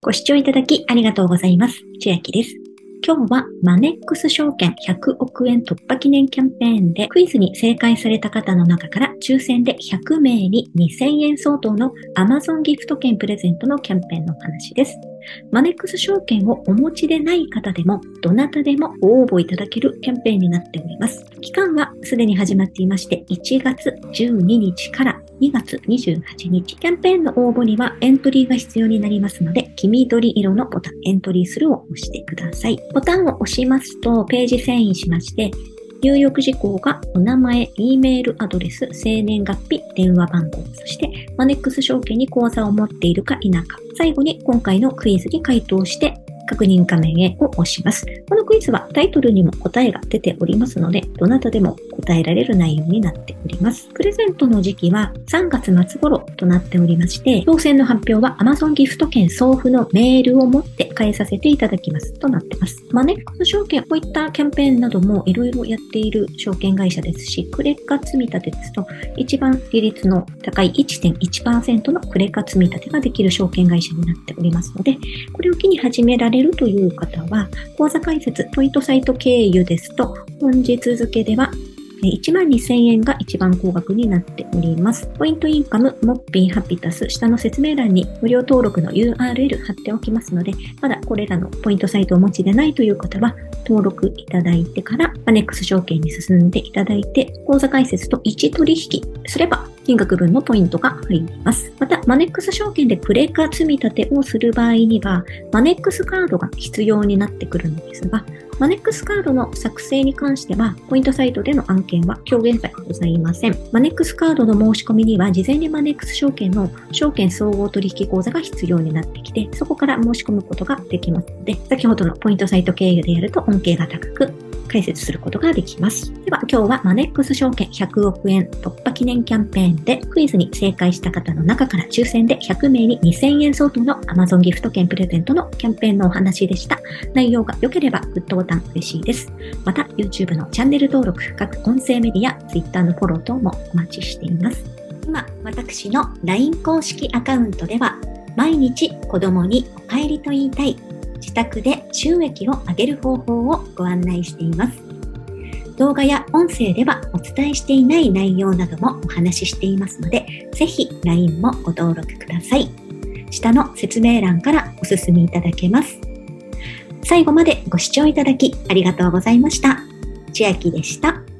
ご視聴いただきありがとうございます。千秋です。今日はマネックス証券100億円突破記念キャンペーンでクイズに正解された方の中から抽選で100名に2000円相当の Amazon ギフト券プレゼントのキャンペーンのお話です。マネックス証券をお持ちでない方でもどなたでもご応募いただけるキャンペーンになっております。期間はすでに始まっていまして1月12日から2月28日。キャンペーンの応募にはエントリーが必要になりますので、黄緑色のボタン、エントリーするを押してください。ボタンを押しますと、ページ遷移しまして、入力事項がお名前、E メールアドレス、生年月日、電話番号、そしてマネックス証券に口座を持っているか否か、最後に今回のクイズに回答して確認画面へを押します。このクイズはタイトルにも答えが出ておりますので、どなたでも答えられる内容になっております。プレゼントの時期は3月末頃となっておりまして、当選の発表は Amazon ギフト券送付のメールを持って返させていただきますとなっています。マネックス証券、こういったキャンペーンなどもいろいろやっている証券会社ですし、クレカ積み立てですと一番利率の高い 1.1% のクレカ積み立てができる証券会社になっておりますので、これを機に始められるという方は、口座開設、ポイントサイト経由ですと、本日付では12,000円が一番高額になっております。ポイントインカム、モッピー、ハピタス、下の説明欄に無料登録の URL 貼っておきますので、まだこれらのポイントサイトをお持ちでないという方は、登録いただいてから、マネックス証券に進んでいただいて、口座開設と1取引すれば、金額分のポイントが入ります。また、マネックス証券でクレカ積み立てをする場合には、マネックスカードが必要になってくるのですが、マネックスカードの作成に関しては、ポイントサイトでの案件は今日現在ございません。マネックスカードの申し込みには、事前にマネックス証券の証券総合取引口座が必要になってきて、そこから申し込むことができますので、先ほどのポイントサイト経由でやると恩恵が高く、解説することができます。では今日はマネックス証券100億円突破記念キャンペーンでクイズに正解した方の中から抽選で100名に2000円相当の Amazon ギフト券プレゼントのキャンペーンのお話でした。内容が良ければグッドボタン嬉しいです。また YouTube のチャンネル登録、各音声メディア、Twitter のフォロー等もお待ちしています。今、私の LINE 公式アカウントでは毎日子供にお帰りと言いたい自宅で収益を上げる方法をご案内しています。動画や音声ではお伝えしていない内容などもお話ししていますので、ぜひ LINE もご登録ください。下の説明欄からお進みいただけます。最後までご視聴いただきありがとうございました。千秋でした。